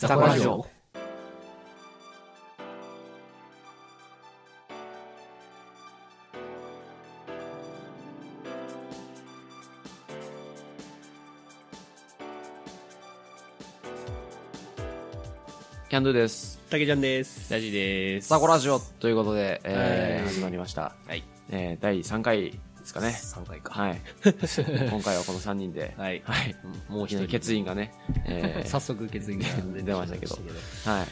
ザコラジオ。 キャンドゥです。 たけちゃんです。 ラジです。 ザコラジオということで、始まりました。 はい。 第3回ですかね。 3回か。 はい。今回はこの3人で、 はい。 はい。もう一人欠員がね、 早速欠員が出ましたけど、はい。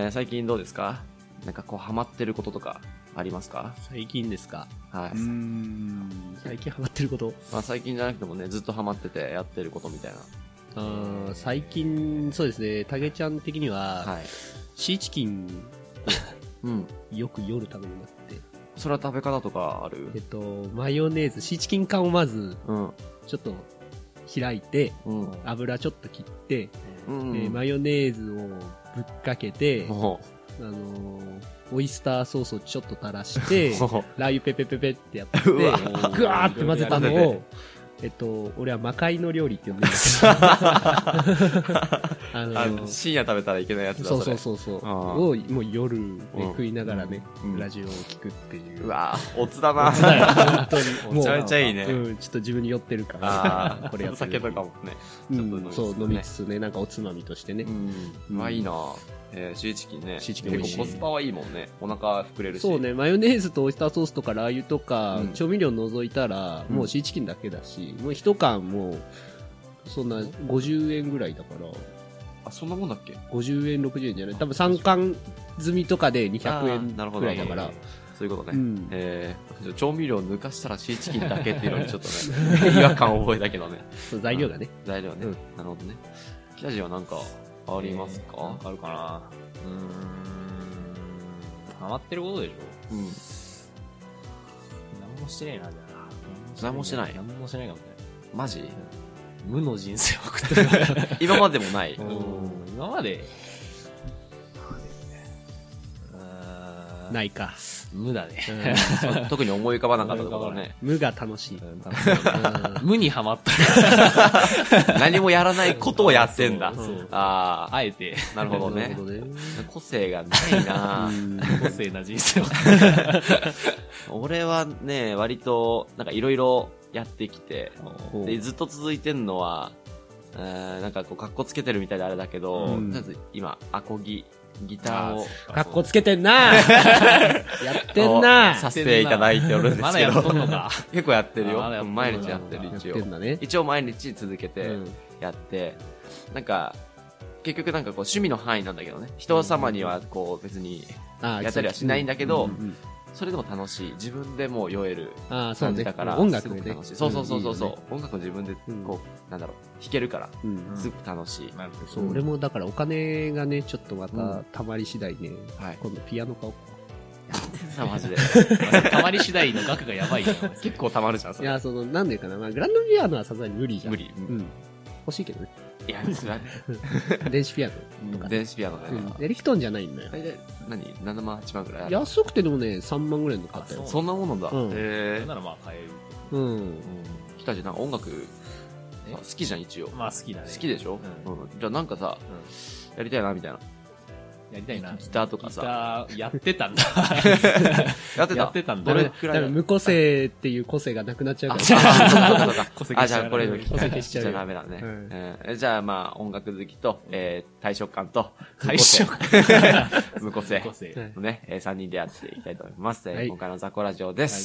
最近どうですか？なんかこうハマってることとかありますか？ 最近ですか？ はい。 最近ハマってること？ まあ最近じゃなくてもね、ずっとハマっててやってることみたいな。 最近、そうですね、たけちゃん的には、 はい、 シーチキンうん、 よく夜食べるなって。 それは食べ方とかある？ マヨネーズ、シーチキン缶をまず、 うん、 ちょっと開いて、 うん、 油ちょっと切って、 うんマヨネーズをぶっかけて、オイスターソースをちょっと垂らして、ラー油ペペペペってやって、ぐわーって混ぜたのを、俺は魔界の料理って呼んでるんです深夜食べたらいけないやつだ。 そうをもう夜、ね、食いながらね、ラジオを聞くっていう。 うわぁ、おつだな。 おつだよ、本当に。 めちゃめちゃいいね。 ちょっと自分に酔ってるから、 これやってる。お酒とかもね。 そう、飲みつつね、なんかおつまみとしてね。 まあいいなぁ。シーチキンね。 シーチキン美味しい。 結構コスパはいいもんね。お腹膨れるし。 そうね、マヨネーズとオイスターソースとかラー油とか、調味料除いたら、もうシーチキンだけだし、もう一缶もう、そんな50円ぐらいだから。 あ、そんなもんだっけ？ 50円、60円じゃない？多分3缶済みとかで200円くらいだから。 そういうことね。調味料抜かしたらシーチキンだけっていうのにちょっとね、違和感を覚えたけどね。 材料がね。 材料ね。なるほどね。キャジはなんか、ありますか？ あるかな。ハマってることでしょ？何もしてないな、じゃあ。 何もしてない？ 何もしてないかもね。 マジ？ 無の人生を送ってる。 今までもない？ 今までないか。 無だね。 特に思い浮かばなかったところだね。 無が楽しい。 無にハマった。 何もやらないことをやってんだ。 あえて。 なるほどね。個性がないな個性な人生を。 俺はね、割と、なんかいろいろやってきて、で、ずっと続いてんのは、なんかこう、格好つけてるみたいであれだけど、今、アコギターを。 かっこつけてんなやってんなさせていただいておるんですけど。 まだやっとんのか。 結構やってるよ。毎日やってる、一応。一応毎日続けてやって、なんか、結局なんかこう趣味の範囲なんだけどね。人様にはこう別にやったりはしないんだけど、それでも楽しい。自分でも酔える感じだから。 音楽でね。 そう。音楽を自分でこう、なんだろう、弾けるから、すごく楽しい。 そう、俺もだからお金がね、ちょっとまた溜まり次第ね、今度ピアノ買おうか。 やってんな、マジで。 溜まり次第の額がやばいじゃん。 結構溜まるじゃん、それ。 いや、なんでかな。まあ、グランドピアノはさすがに無理じゃん。 無理。 欲しいけどね。 いや、それはね。 電子ピアノとか。 電子ピアノだよ。 エレクトーンじゃないんだよ。 大体、7万、8万ぐらいある。 安くてでもね、3万ぐらいの買ったよ。 そんなもんなんだ。 へぇ。ならまあ買える。 北地なんか音楽、好きじゃん、一応。 まあ好きだね。 好きでしょ？じゃあなんかさ、やりたいな、みたいな。 やりたいな。 ギターとかさ。 ギター、やってたんだ。 やってたんだ。 どれくらい無個性っていう個性がなくなっちゃうから。 じゃあこれ個性消しちゃう。 じゃあダメだね。じゃあまあ音楽好きと、大食感と、無個性のね、3人でやっていきたいと思います。今回のザコラジオです。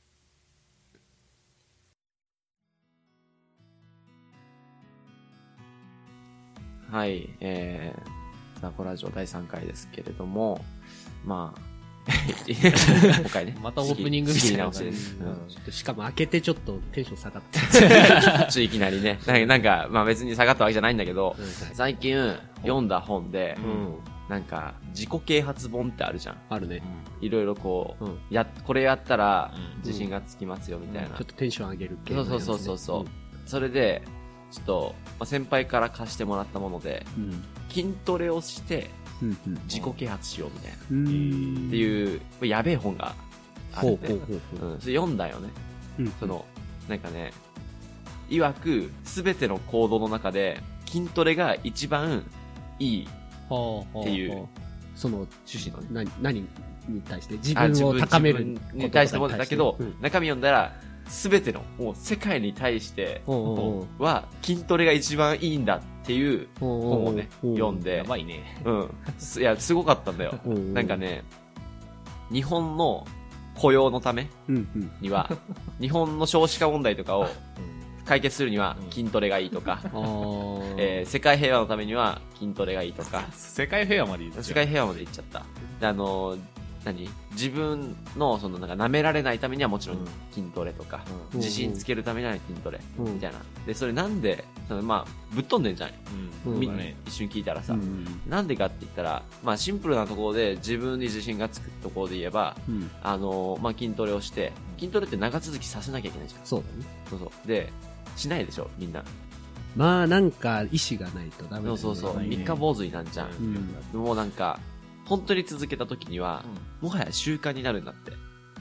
はい、ザコラジオ第3回ですけれども、まあ、今回ね。 またオープニングみたいな直しです。 しかも開けてちょっとテンション下がって。 いきなりね。なんか、まあ別に下がったわけじゃないんだけど、最近読んだ本で、なんか、自己啓発本ってあるじゃん。 あるね。 いろいろこう、これやったら自信がつきますよみたいな。 ちょっとテンション上げる系。 そう。それで、ちょっと、先輩から貸してもらったもので、筋トレをして、自己啓発しようみたいな。っていう、やべえ本があって、それ読んだよね。なんかね、曰く、すべての行動の中で、筋トレが一番いいっていう、 その趣旨のね。 何に対して自分を高める自分に対してもだけど、中身読んだら、すべての、もう世界に対しては、筋トレが一番いいんだっていう本をね、読んで。 やばいね。 うん。いや、すごかったんだよ。なんかね、日本の雇用のためには、日本の少子化問題とかを解決するには筋トレがいいとか、世界平和のためには筋トレがいいとか。 世界平和まで言っちゃった。 世界平和まで言っちゃった。自分のそのなんか舐められないためにはもちろん筋トレとか、自信つけるためには筋トレみたいな。で、それなんで、まあ、ぶっ飛んでんじゃん。一瞬聞いたらさ、なんでかって言ったら、まあシンプルなところで自分に自信がつくところで言えば、まあ筋トレをして、筋トレって長続きさせなきゃいけないじゃん。 そうだね。 そうそう。で、しないでしょ、みんな。 まあなんか意志がないとダメだよね。 そうそうそう。三日坊主になんじゃん。もうなんか、本当に続けた時には、もはや習慣になるんだって。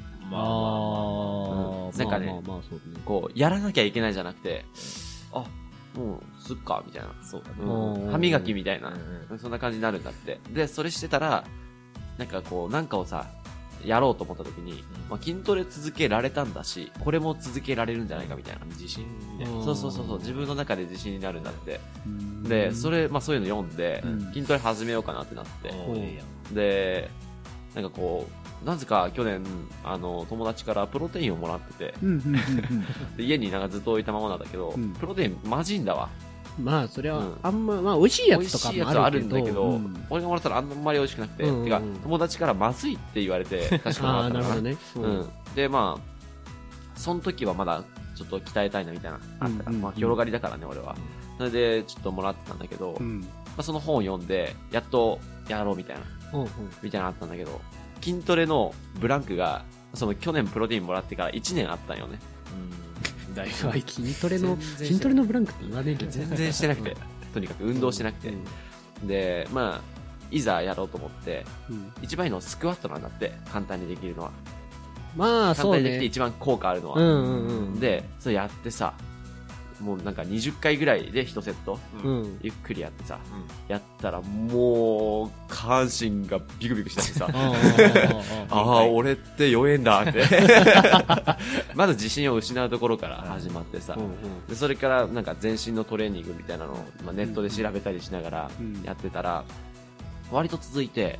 なんかね、こう、やらなきゃいけないじゃなくて、あ、もう、すっか、みたいな。そうだね。歯磨きみたいな、そんな感じになるんだって。で、それしてたら、なんかこう、なんかをさ、やろうと思った時に、まあ、筋トレ続けられたんだし、これも続けられるんじゃないかみたいな。自信みたいな。そうそうそう、自分の中で自信になるんだって。で、まあそういうの読んで、筋トレ始めようかなってなって。で、なんかこう、なぜか去年、友達からプロテインをもらってて、で家になんかずっと置いたままなんだけど、プロテインまじいんだわ。 まあ、それは、あんま、まあ、美味しいやつとかもあるけど。 美味しいやつはあるんだけど、俺がもらったらあんまり美味しくなくて、てか、友達からまずいって言われて、確かもらったのかな。 なるほどね。 で、まあ、その時はまだ、ちょっと鍛えたいなみたいな、あったから、まあ、広がりだからね、俺は。それで、ちょっともらってたんだけど、まあ、その本を読んで、やっと、やろうみたいな、みたいなのあったんだけど、筋トレのブランクが、その去年プロテインもらってから1年あったんよね。 だいぶ筋トレのブランクって言わねえけど全然してなくて、とにかく運動してなくて、で、まあいざやろうと思って、一番いいのはスクワットなんだって。簡単にできるのは、 まあそうね、 簡単にできて一番効果あるのは、でそれやってさ、もうなんか20回ぐらいで1セット、ゆっくりやってさ、やったらもう下半身がビクビクしたんでさああ俺って弱えんだってまず自信を失うところから始まってさ、でそれからなんか全身のトレーニングみたいなのを、まあ、ネットで調べたりしながらやってたら、割と続いて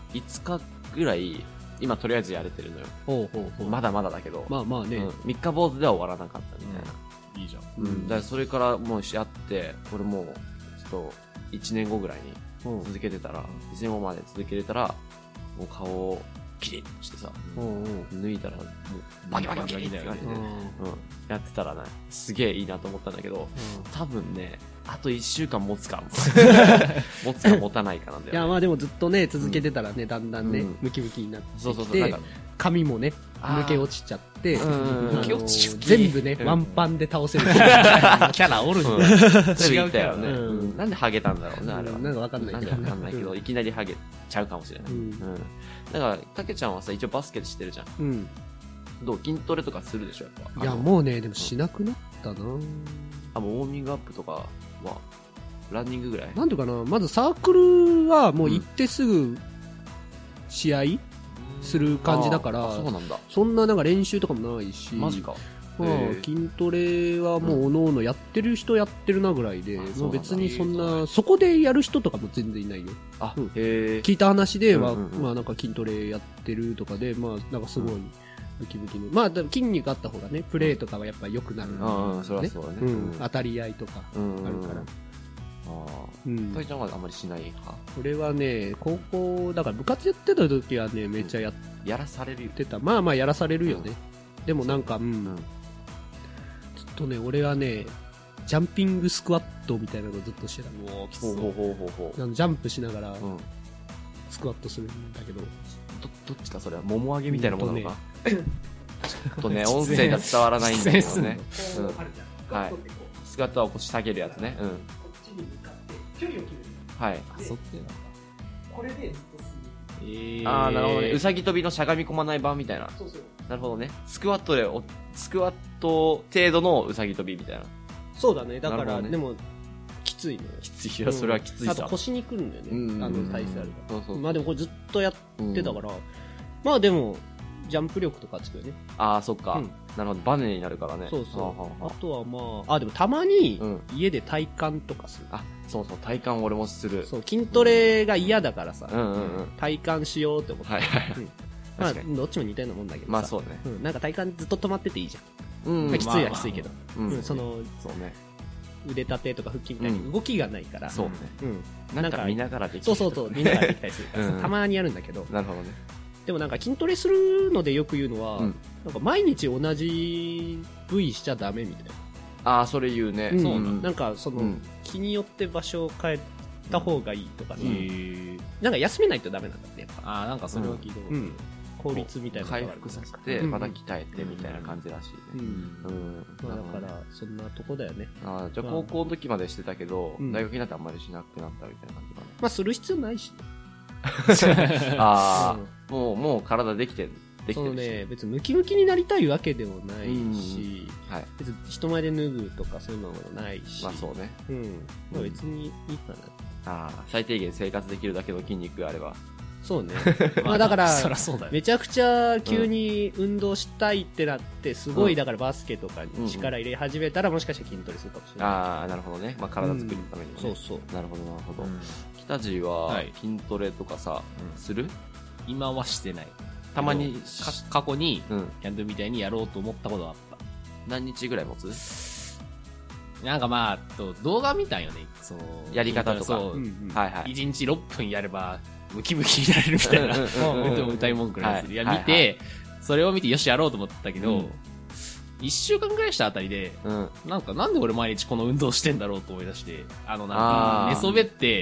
5日ぐらい今とりあえずやれてるのよ。まだまだだけど、まあまあね、3日坊主では終わらなかったみたいな。 いいじゃん。 だからそれからもうやって、俺もうちょっと1年後ぐらいに続けてたら、1年後まで続けてたら、もう顔をキリッとしてさ、抜いたらもうバキバキバキって感じで、やってたらね、すげえいいなと思ったんだけど、多分ね、あと1週間持つか持つか持たないかなんだよね。 いやまあでもずっとね続けてたらね、だんだんねムキムキになってきて、髪もね抜け落ちちゃって、全部ねワンパンで倒せるキャラおるんだよ。違うだよね。なんでハゲたんだろうね、あれは。 なんかわかんないけどいきなりハゲちゃうかもしれない。だからたけちゃんはさ、一応バスケしてるじゃん。どう、筋トレとかするでしょ、やっぱ。 いやもうね、でもしなくなったな。 もうウォーミングアップとかはランニングぐらいなんていうかな、まずサークルはもう行ってすぐ試合する感じだから、 そうなんだ。 そんななんか練習とかもないし、 マジか。 筋トレはもうおのおのやってる人やってるなぐらいで、もう別にそんなそこでやる人とかも全然いないよ。聞いた話では、まあなんか筋トレやってるとかで、まあなんかすごいムキムキの、まあ筋肉あった方がね、プレーとかはやっぱ良くなるんだね。 当たり合いとかあるから。 たけちゃんはあんまりしない派？ これはね、高校だから部活やってた時はね、めっちゃやらされるよ。 まあまあやらされるよね。でもなんかずっとね、俺はね、ジャンピングスクワットみたいなのをずっとしてた。 きつそう。 ジャンプしながらスクワットするんだけど、 どっちかそれはもも上げみたいなものなのか。ちょっとね、音声が伝わらないんだけどね。はい。スクワットは腰下げるやつね。こっちに向かって距離を決める。はい。 そってな。これでずっと進む。 なるほどね。うさぎ跳びのしゃがみ込まない版みたいな。そう。なるほどね。スクワット程度のうさぎ跳びみたいな。 そうだね。だから、でも、 きついのよ。 きついよ、それはきついさ。 あと腰にくるんだよね。体勢あるから。 そうまあでもこれずっとやってたから、まあでも、ジャンプ力とかつくよね。 ああ、そっか。なるほど。バネになるからね。 そうそう。あとはまあ、でもたまに、家で体幹とかする。 そうそう、体幹俺もする。 そう、筋トレが嫌だからさ、体幹しようって思って。まあ、どっちも似たようなもんだけどさ。 まあそうね。 なんか体幹ずっと止まってていいじゃん。きついはきついけど。そうね。 腕立てとか腹筋みたいに動きがないから。 そうね。なんか見ながらできたり。そう、見ながらできたりするから、たまにやるんだけど。 なるほどね。 でもなんか筋トレするのでよく言うのは、なんか毎日同じ部位しちゃダメみたいな。 ああ、それ言うね。 そうなんかその、日によって場所を変えた方がいいとかなんか休めないとダメなんだって、やっぱ。 なんかそれは聞いたことある。 効率みたいなのが回復させて、また鍛えてみたいな感じらしいね。 だから、そんなとこだよね。 じゃあ高校の時までしてたけど、大学になってあんまりしなくなったみたいな感じかな。 まあ、する必要ないしね。 もう体できてるそうね、別にムキムキになりたいわけでもないし、別に人前で脱ぐとかそういうのもないし。まあそうね。 まあ別にいいかな。最低限生活できるだけの筋肉があれば。 そうね。まあだから、めちゃくちゃ急に運動したいってなって、すごいだからバスケとかに力入れ始めたらもしかしたら筋トレするかもしれない。 なるほどね。まあ体作るためにね。 そうそう。 なるほどなるほど。北地は筋トレとかさ、する？ 今はしてない。 たまに過去にキャンドゥみたいにやろうと思ったことがあった。 何日ぐらい持つ？ なんかまあ動画見たんよね。 やり方とか。 1日6分やればムキムキになれるみたいな歌い文句のやつで見て、それを見てよしやろうと思ったけど、1週間ぐらいしたあたりで、なんで俺毎日この運動してんだろうと思い出して、なんか寝そべって、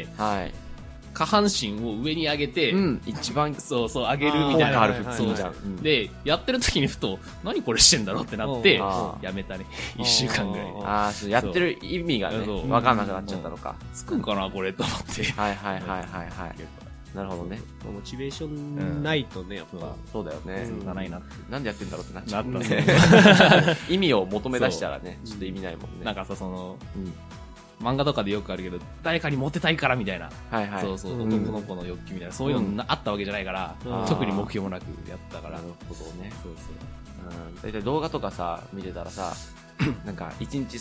下半身を上に上げて、 一番そう上げるみたいな。 そうじゃん。 で、やってる時にふと、何これしてんだろうってなって、やめたね。1週間ぐらい。 やってる意味がね、わかんなくなっちゃったのか。 つくんかなこれと思って。 なるほどね。 モチベーションないとね、やっぱ。 そうだよね。なんでやってんだろうってなっちゃう。意味を求め出したらね、ちょっと意味ないもんね。 なんかさ、漫画とかでよくあるけど、誰かにモテたいからみたいな。そうそう、男の子の欲求みたいな。そういうのあったわけじゃないから、特に目標もなくやったから。 なるほどね。そうそう。だいたい動画とかさ、見てたらさ、なんか1日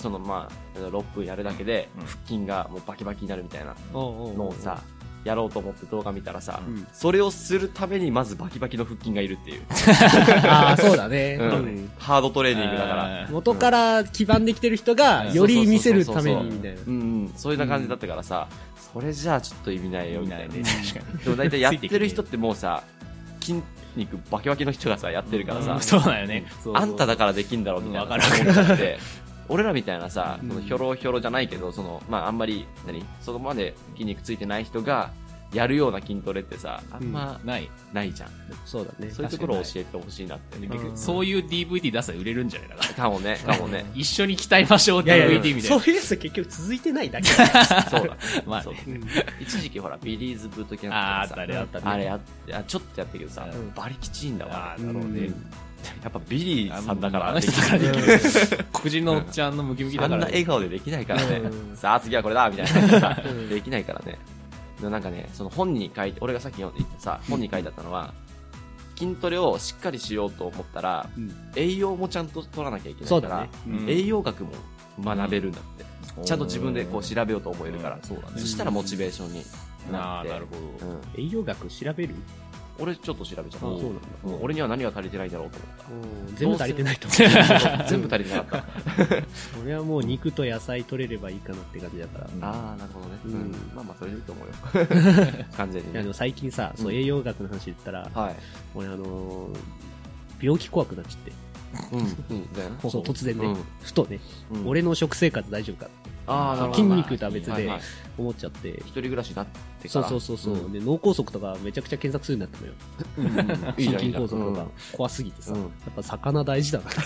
6分やるだけで腹筋がもうバキバキになるみたいなのをさ、やろうと思って動画見たらさ、それをするためにまずバキバキの腹筋がいるっていう。 そうだね。 ハードトレーニングだから。 元から基盤できてる人がより見せるためにみたいな。 そういう感じだったからさ、それじゃあちょっと意味ないよみたいな。でも大体やってる人ってもうさ、筋肉バキバキの人がさ、やってるからさ、 そうだよね。 あんただからできんだろうみたいな。思っちゃって。俺らみたいなさ、ひょろひょろじゃないけど、あんまり、そこまで筋肉ついてない人が、やるような筋トレってさ、あんまないじゃん。 そうだね。 そういうところを教えてほしいなって。 そういう DVD 出したら売れるんじゃないかな。 かもね。 一緒に鍛えましょう DVD みたいな。 そういうやつ結局続いてないだけ。 そうだ。まあ、一時期ほら、ビリーズブートキャンプとかさ、あれちょっとやったけどさ、バリきちいんだわ。 なるほどね。 やっぱビリーさんだからできる。黒人のおっちゃんのムキムキだから。 あんな笑顔でできないからね。さあ次はこれだみたいな。できないからね。なんかね、その本に書いて、俺がさっき言ってさ、本に書いてあったのは、筋トレをしっかりしようと思ったら、栄養もちゃんと取らなきゃいけないから、栄養学も学べるんだって。ちゃんと自分でこう調べようと思えるから、そしたらモチベーションになって。 なるほど。 栄養学調べる？ 俺ちょっと調べちゃった。俺には何が足りてないんだろうと思った。 全部足りてないと思う。 全部足りてなかった。 俺はもう肉と野菜取れればいいかなって感じだから。 なるほどね。まあそれでいいと思うよ。完全に。 でも最近さ、栄養学の話言ったら、俺病気怖くなっちゃって。そう、突然ね、ふとね、俺の食生活大丈夫かって。筋肉とは別で思っちゃって。 一人暮らしになってから。 そう。で、脳梗塞とかめちゃくちゃ検索するようになったのよ。心筋梗塞とか怖すぎてさ。やっぱ魚大事だな。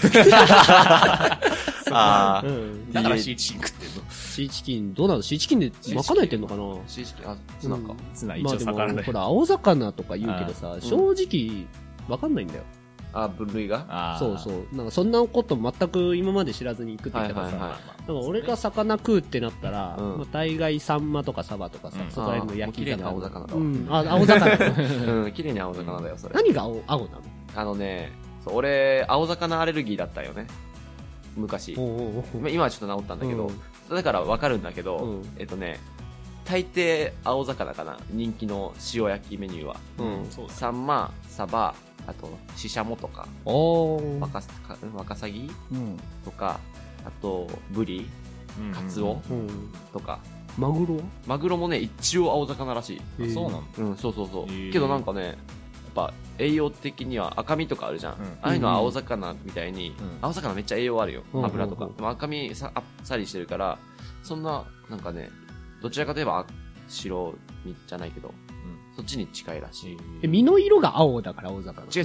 だからシーチキン食ってんの。 シーチキン、どうなの？シーチキンで賄えてんのかな？ シーチキン、ツナか。 ツナ一応魚だよ。 ほら、青魚とか言うけどさ、正直、わかんないんだよ。 分類がそうそう。なんかそんなこと全く今まで知らずに行くって言ったからさ、だから俺が魚食うってなったら、大概サンマとかサバとかさ、そこら辺の焼き魚。 綺麗な青魚だわ。青魚。 綺麗に青魚だよ、それ。 何が青なの？ 俺、青魚アレルギーだったよね。昔。今はちょっと治ったんだけど、だからわかるんだけど、大抵青魚かな、人気の塩焼きメニューは。サンマ、サバ、あと、シシャモとか、ワカサギとか、あと、ブリ、カツオとか。 マグロもね、一応青魚らしい。 そうなんだ。 そう。けどなんかね、やっぱ栄養的には赤身とかあるじゃん。ああいうのは青魚みたいに、青魚めっちゃ栄養あるよ。油とか。でも赤身あっさりしてるから、そんな、なんかね、どちらかといえば白身じゃないけど、そっちに近いらしい。身の色が青だから青魚。 違う。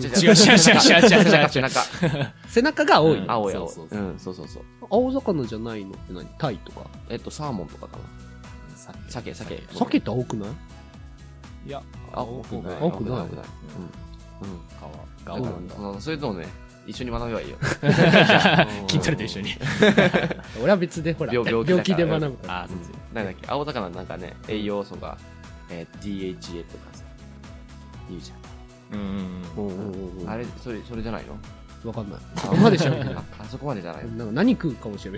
背中が青い。 青い。そう。 青魚じゃないのって何？タイとか？ サーモンとかかな。鮭って青くない？ いや、 青くない。 青なんだ。それともね、一緒に学べばいいよ。 筋トレと一緒に。 俺は別でほら、病気で学ぶから。 なんだっけ、青魚なんかね、栄養素が、DHA とかさ、言うじゃん。あれ、それじゃないの？ わかんない。そこまで調べてない。 そこまでじゃない。 なんか何食うかもしれない。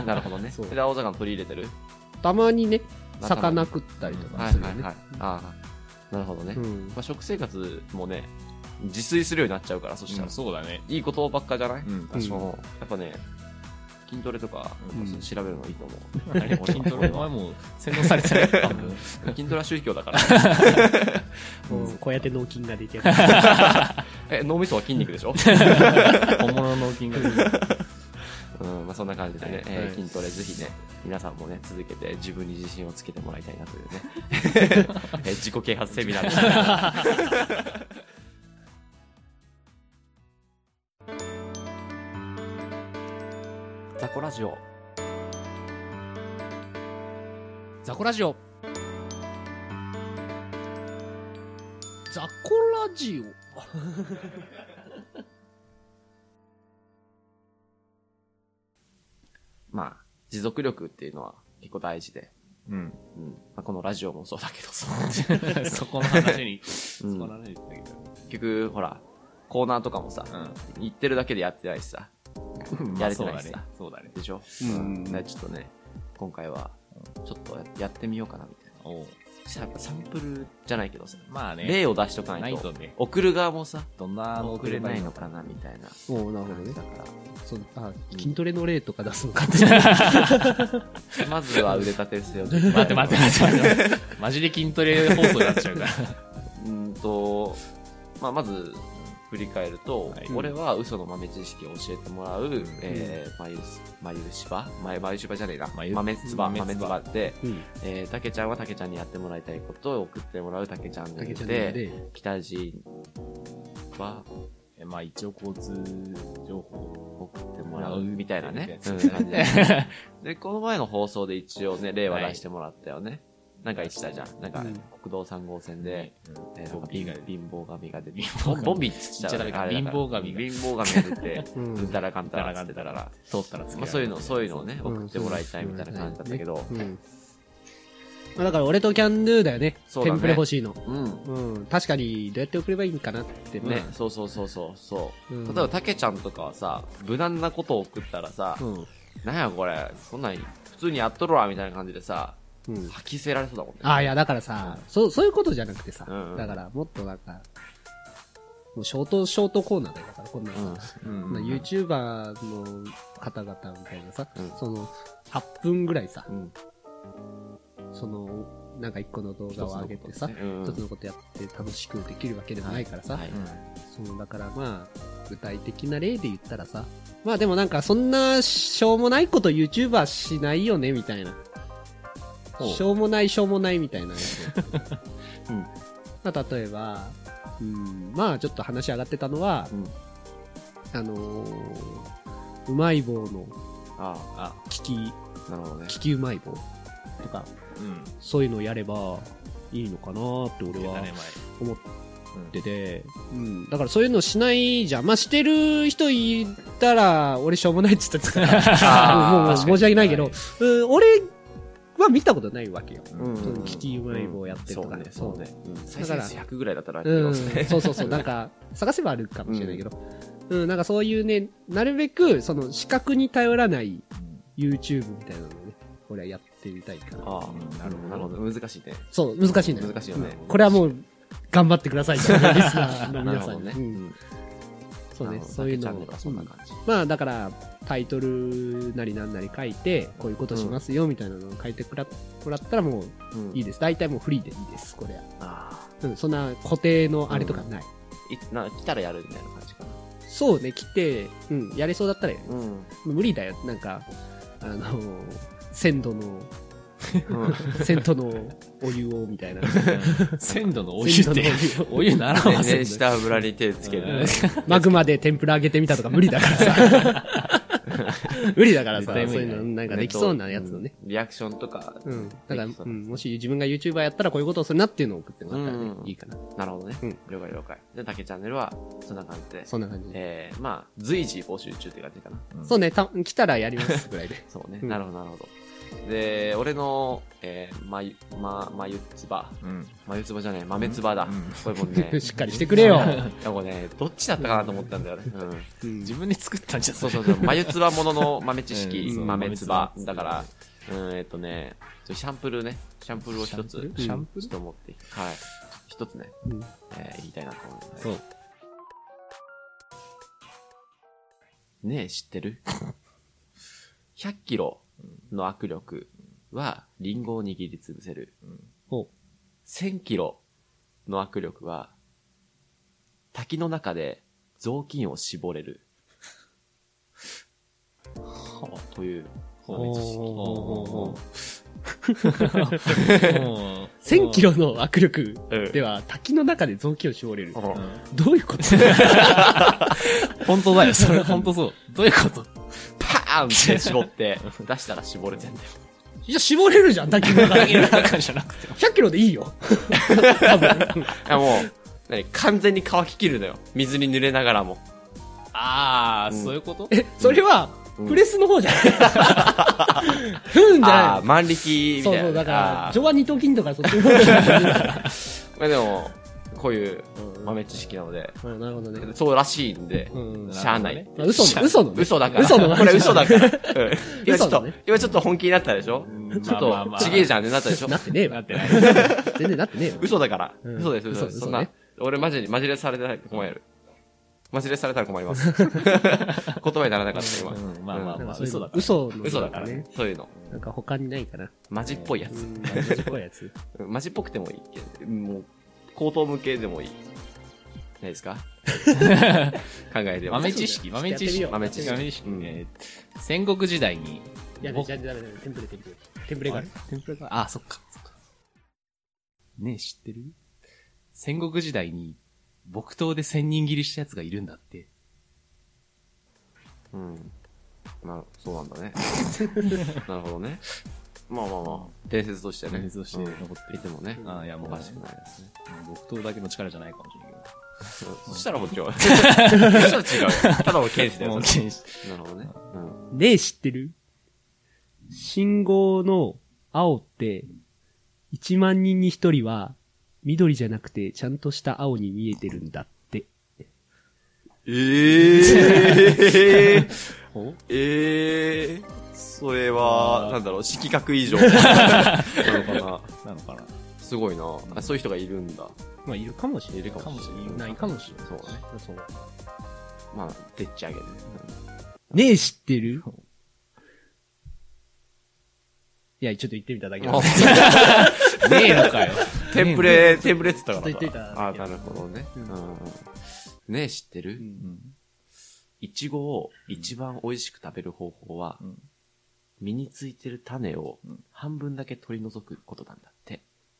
なるほどね。で、青魚取り入れてる？ たまにね、魚食ったりとかするよね。 なるほどね。食生活もね、自炊するようになっちゃうから、そしたら。 そうだね。 いいことばっかじゃない？ 確かに。 やっぱね、筋トレとか調べるのいいと思う。あれ筋トレはもう洗脳されてる。 筋トレは宗教だから。 こうやって脳筋が出てる。 脳みそは筋肉でしょ？ 本物の脳筋が出てる。 そんな感じでね、筋トレぜひね、皆さんもね、続けて自分に自信をつけてもらいたいなというね、自己啓発セミナーです。ザコラジオ。 ザコラジオ。ザコラジオ。 まあ、持続力っていうのは結構大事で。このラジオもそうだけどさ。 そこの話に。 結局、ほら、コーナーとかもさ、言ってるだけでやってないしさ。やれてないしさ。 そうだね。 でしょ？ちょっとね、今回は、ちょっとやってみようかなみたいな。やっぱサンプルじゃないけどさ、 まあね、 例を出しとかないと、送る側もさ、 どんな送れないのかなみたいな。 なるほどね。 だから、 筋トレの例とか出すのかって。 まずは腕立てですよ。 待って。マジで筋トレ放送になっちゃうから。 まず、振り返ると、俺は嘘の豆知識を教えてもらう、眉芝じゃねえな。豆つばで、たけちゃんはたけちゃんにやってもらいたいことを送ってもらうたけちゃんで、北地は、 一応交通情報を送ってもらうみたいなね。で、この前の放送で一応ね、例は出してもらったよね。なんか言ってたじゃん。なんか、国道3号線で、貧乏神が出て、ボンビーって言っちゃダメか。貧乏神が出て、うんたらかんたらかんでたら、 通ったらそういうのをね、送ってもらいたいみたいな感じだったけど。 だから俺とキャンドゥだよね。テンプレ欲しいの。 うん。 確かに、どうやって送ればいいんかなってね。そう。例えば、たけちゃんとかはさ、無難なことを送ったらさ、なんやこれ、そんなん普通にやっとるわ、みたいな感じでさ、吐き捨てられそうだもんね。 いや、だからさ、そういうことじゃなくてさ、だから、もっとなんか、もうショートコーナーだよ。だから、こんなさ、YouTuber の方々みたいなさ、その、8分ぐらいさ、その、なんか一個の動画を上げてさ、一つのことやって楽しくできるわけでもないからさ、だからまあ、具体的な例で言ったらさ、まあでもなんかそんなしょうもないこと YouTuber しないよね、みたいな。しょうもないみたいなやつ。まあ例えば、まあちょっと話上がってたのは、うまい棒の、利きうまい棒とか、そういうのをやればいいのかなって俺は思っってて、だからそういうのしないじゃん。まあ、してる人いたら、俺しょうもないって言ったら、もう申し訳ないけど、俺は見たことないわけよ。キティウマイボーやってるとかね。 そうね。再生数100ぐらいだったらありますね。 そう、なんか、探せばあるかもしれないけど、なんかそういうね、なるべく、その、視覚に頼らない YouTube みたいなのをね、俺はやってみたいかな。 なるほど。難しいね。 そう、難しいね。 難しいよね。 これはもう、頑張ってくださいと、リスナーの皆さんね。そうね、そういうのを。まあ、だから、タイトルなりなんなり書いて、こういうことしますよ、みたいなのを書いてもらったらもう、いいです。大体もうフリーでいいです、これは。そんな固定のあれとかない。 来たらやるみたいな感じかな。 そうね、来て、やれそうだったらやる。無理だよ、なんか、鮮度のお湯をみたいな。 鮮度のお湯って、お湯ならばせん下油に手つける。 マグマで天ぷら揚げてみたとか無理だからさ。無理だからさ、そういうのなんかできそうなやつのね。 リアクションとか。 だから、もし自分が YouTuber やったらこういうことをするなっていうのを送ってもらったらね、いいかな。 なるほどね。了解。じゃあ、竹チャンネルは、そんな感じで。 そんな感じで。まあ、随時募集中って感じかな。 そうね、来たらやりますぐらいで。 そうね。なるほど。で、俺の、まゆつば。まゆつばじゃねえ、豆つばだ。これもね。 しっかりしてくれよ。 これね、どっちだったかなと思ったんだよね。 自分で作ったんじゃん。 そう。まゆつばものの豆知識、豆つば。だから、シャンプルを一つ。ちょっと持って、はい。一つね、言いたいなと思います。そう。ねえ、知ってる ?100 キロの握力はリンゴを握りつぶせる。1000キロの握力は滝の中で雑巾を絞れる。という豆知識。 1000キロの握力では滝の中で雑巾を絞れる。どういうこと本当だよ、それ本当そう。どういうことパーンって絞って出したら絞れてんだよ。 いや、絞れるじゃん、滝の中じゃなくて。100キロでいいよ。多分。 いやもう、完全に乾ききるのよ。水に濡れながらも。 そういうこと？ それは、プレスの方じゃないふんじゃない。 万力みたいな。 そう、だから、上腕二頭筋とかそっちの方じゃない。 まあでも、こういう豆知識なので、 なるほどね。 そうらしいんで、しゃあない。 嘘だから。これ嘘だから。今ちょっと本気になったでしょ？ちょっと、ちげえじゃんってなったでしょ？ なってねえわ。全然なってねえわ。 嘘だから。嘘です。そんな、俺マジレされてないと困る。マジレされたら困ります。言葉にならなかった今。 まあ、嘘だからね。そういうの。 なんか他にないかな。 マジっぽいやつ。マジっぽくてもいいけど、もう、口頭無形でもいい。ないですか考えて豆知識。戦国時代に。 いや、ダメ。テンプレがある。 そっか。ねえ、知ってる？戦国時代に、木刀で1000人切りしたやつがいるんだって。 そうなんだね。なるほどね。まあ、伝説としてね。 残っていてもね。 いや、もうおかしくないですね。木刀だけの力じゃないかもしれないけど。 そしたらこっちは。そしたら違う。ただの剣士だよ。 剣士。 なるほどね。 ねえ、知ってる？信号の青って、1万人に1人は、緑じゃなくて、ちゃんとした青に見えてるんだって。 それは、なんだろう、色覚異常なのかな。すごいな。そういう人がいるんだ。 まあ、いるかもしれない。 いるかもしれない。 ないかもしれない。 そうだね。そう。まあ、でっち上げる。 ねえ、知ってる？いや、ちょっと言ってみただけだ。ねえのかよ。 テンプレって言ったからさ。 言ってた。 なるほどね。ねえ、知ってる？いちごを一番美味しく食べる方法は、身についてる種を半分だけ取り除くことなんだって。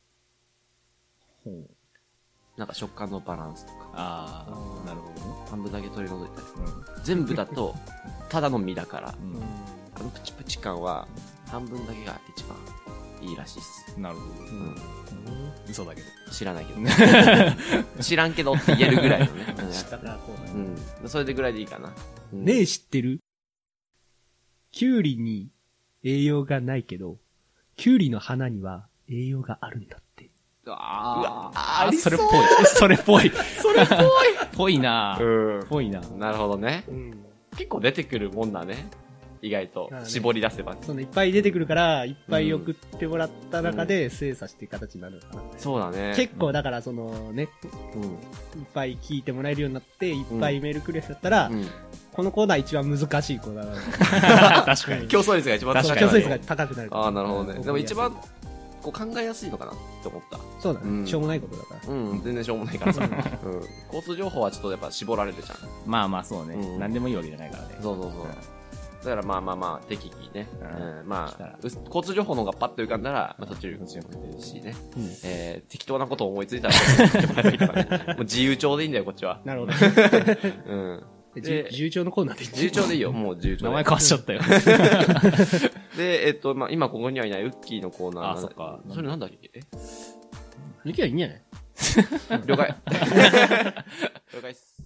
なんか食感のバランスとか。 なるほどね。 半分だけ取り除いたり。全部だと、ただの実だから、プチプチ感は半分だけが一番いいらしいっす。 なるほど。嘘だけど。 知らないけど。知らんけどって言えるぐらいのね。 知ったからこう。それでぐらいでいいかな。 ねえ、知ってる？キュウリに栄養がないけど、キュウリの花には栄養があるんだって。 それっぽい。それっぽい。 それっぽい。 ぽいなぽいな。 なるほどね。結構出てくるもんだね。意外と。絞り出せば。 そうね、いっぱい出てくるから、いっぱい送ってもらった中で精査していく形になるのかな。 そうだね。 結構だからそのね、いっぱい聞いてもらえるようになって、いっぱいメール来るやつだったら、このコーナー一番難しいコーナーなの。確かに。 競争率が一番高い。競争率が高くなる。 ああ、なるほどね。でも一番、こう考えやすいのかなって思った。 そうだね。しょうもないことだから。 全然しょうもないからさ。交通情報はちょっとやっぱ絞られるじゃん。 まあまあそうね。何でもいいわけじゃないからね。 そう。だからまあ、適宜ね。まあ、交通情報の方がパッと浮かんだら、まあ途中でもいいしね。適当なことを思いついたら、もう自由帳でいいんだよ、こっちは。 なるほど。自由帳のコーナーで自由帳でいいよ、もう自由帳。 名前変わっちゃったよ。 で、まあ今ここにはいないウッキーのコーナー。 あ、そっか。 それなんだっけ？ ウッキーはいいんじゃない？ 了解。了解っす。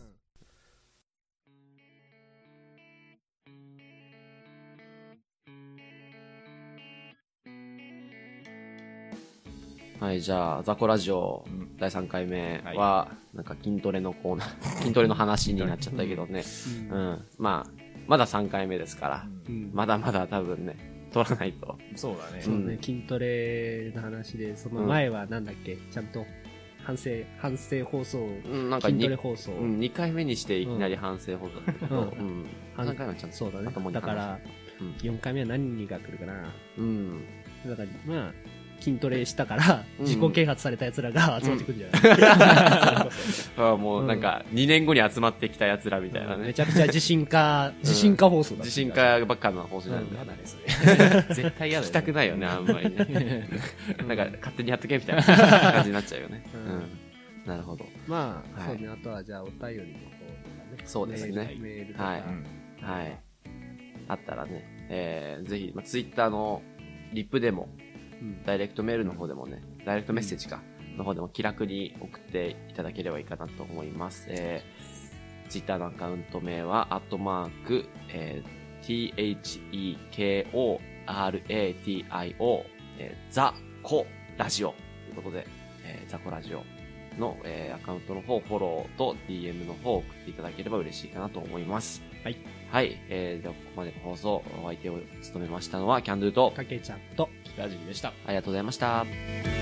はい、じゃあ、ザコラジオ第3回目は、なんか筋トレのコーナー、筋トレの話になっちゃったけどね。まあ、まだ3回目ですから、まだまだ多分ね、取らないと。 そうだね。 そうね、筋トレの話で、その前はなんだっけ、ちゃんと反省放送、 なんか筋トレ放送。 2回目にしていきなり反省放送だけど、3回目はちゃんとそうだね。だから、4回目は何が来るかな。だから、まあ、筋トレしたから、自己啓発された奴らが集まってくるんじゃない？ もうなんか、2年後に集まってきた奴らみたいなね。 めちゃくちゃ自信家放送だ。 自信家ばっかの放送なんだよね。 絶対嫌だよ。 聞きたくないよね、あんまりね。なんか、勝手にやっとけみたいな感じになっちゃうよね。なるほど。 まあ、そうね、あとはじゃあお便りの方とかね。 そうですね。 メールとか。 はい。あったらね、ぜひ、ツイッターのリップでも、ダイレクトメールの方でもね、ダイレクトメッセージの方でも気楽に送っていただければいいかなと思います。ツイッターのアカウント名は、@THEKORATIO、ザコラジオということで、ザコラジオの、アカウントの方、フォローと DM の方を送っていただければ嬉しいかなと思います。 はい。 はい。では、ここまでの放送、お相手を務めましたのは、キャンドゥと、 かけちゃんと、 ラジオでした。 ありがとうございました。